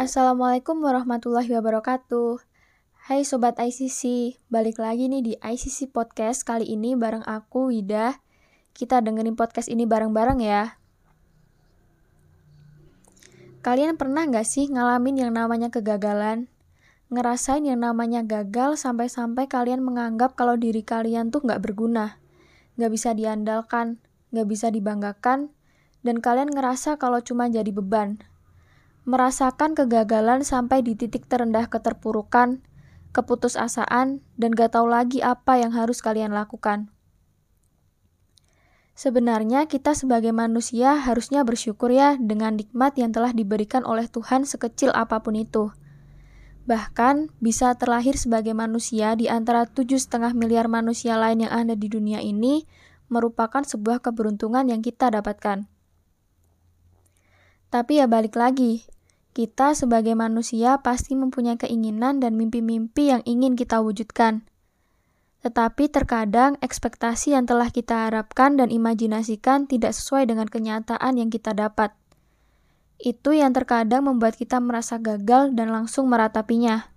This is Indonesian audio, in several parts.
Assalamualaikum warahmatullahi wabarakatuh. Hai Sobat ICC, balik lagi nih di ICC Podcast kali ini bareng aku, Wida. Kita dengerin podcast ini bareng-bareng ya. Kalian pernah gak sih ngalamin yang namanya kegagalan? Ngerasain yang namanya gagal sampai-sampai kalian menganggap kalau diri kalian tuh gak berguna, gak bisa diandalkan, gak bisa dibanggakan, dan kalian ngerasa kalau cuma jadi beban. Merasakan kegagalan sampai di titik terendah keterpurukan, keputusasaan, dan gak tahu lagi apa yang harus kalian lakukan. Sebenarnya kita sebagai manusia harusnya bersyukur ya dengan nikmat yang telah diberikan oleh Tuhan sekecil apapun itu. Bahkan bisa terlahir sebagai manusia di antara 7,5 miliar manusia lain yang ada di dunia ini merupakan sebuah keberuntungan yang kita dapatkan. Tapi ya balik lagi, kita sebagai manusia pasti mempunyai keinginan dan mimpi-mimpi yang ingin kita wujudkan. Tetapi terkadang ekspektasi yang telah kita harapkan dan imajinasikan tidak sesuai dengan kenyataan yang kita dapat. Itu yang terkadang membuat kita merasa gagal dan langsung meratapinya.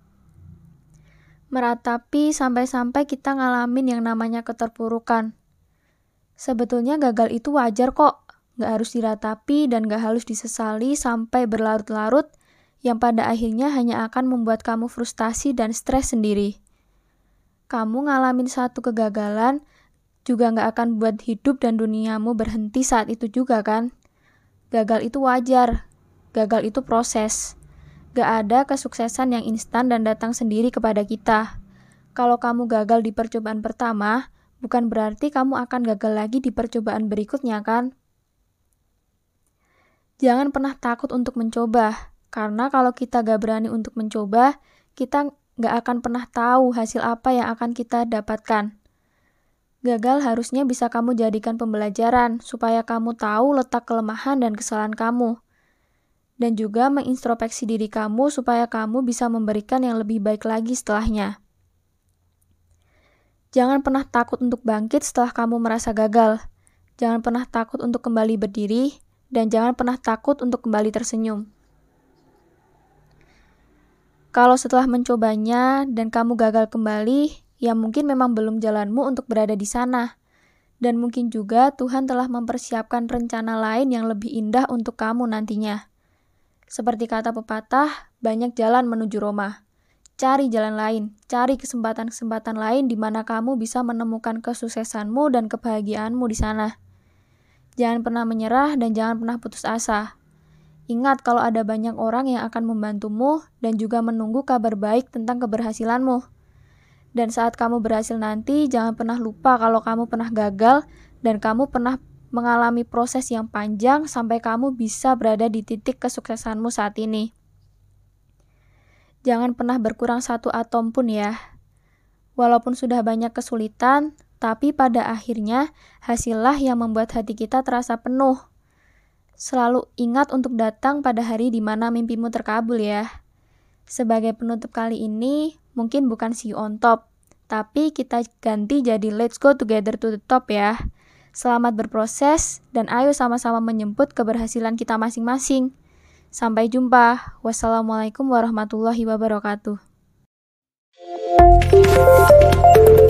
Meratapi sampai-sampai kita ngalamin yang namanya keterpurukan. Sebetulnya gagal itu wajar kok. Gak harus diratapi dan gak harus disesali sampai berlarut-larut yang pada akhirnya hanya akan membuat kamu frustasi dan stres sendiri. Kamu ngalamin satu kegagalan juga gak akan buat hidup dan duniamu berhenti saat itu juga kan? Gagal itu wajar, gagal itu proses. Gak ada kesuksesan yang instan dan datang sendiri kepada kita. Kalau kamu gagal di percobaan pertama, bukan berarti kamu akan gagal lagi di percobaan berikutnya kan? Jangan pernah takut untuk mencoba, karena kalau kita gak berani untuk mencoba, kita gak akan pernah tahu hasil apa yang akan kita dapatkan. Gagal harusnya bisa kamu jadikan pembelajaran, supaya kamu tahu letak kelemahan dan kesalahan kamu. Dan juga mengintrospeksi diri kamu supaya kamu bisa memberikan yang lebih baik lagi setelahnya. Jangan pernah takut untuk bangkit setelah kamu merasa gagal. Jangan pernah takut untuk kembali berdiri, dan jangan pernah takut untuk kembali tersenyum. Kalau setelah mencobanya dan kamu gagal kembali, ya mungkin memang belum jalanmu untuk berada di sana. Dan mungkin juga Tuhan telah mempersiapkan rencana lain yang lebih indah untuk kamu nantinya. Seperti kata pepatah, banyak jalan menuju Roma. Cari jalan lain, cari kesempatan-kesempatan lain di mana kamu bisa menemukan kesuksesanmu dan kebahagiaanmu di sana. Jangan pernah menyerah dan jangan pernah putus asa. Ingat kalau ada banyak orang yang akan membantumu dan juga menunggu kabar baik tentang keberhasilanmu. Dan saat kamu berhasil nanti, jangan pernah lupa kalau kamu pernah gagal dan kamu pernah mengalami proses yang panjang sampai kamu bisa berada di titik kesuksesanmu saat ini. Jangan pernah berkurang satu atom pun ya. Walaupun sudah banyak kesulitan, tapi pada akhirnya hasillah yang membuat hati kita terasa penuh. Selalu ingat untuk datang pada hari di mana mimpimu terkabul ya. Sebagai penutup kali ini, mungkin bukan see you on top, tapi kita ganti jadi let's go together to the top ya. Selamat berproses dan ayo sama-sama menjemput keberhasilan kita masing-masing. Sampai jumpa. Wassalamualaikum warahmatullahi wabarakatuh.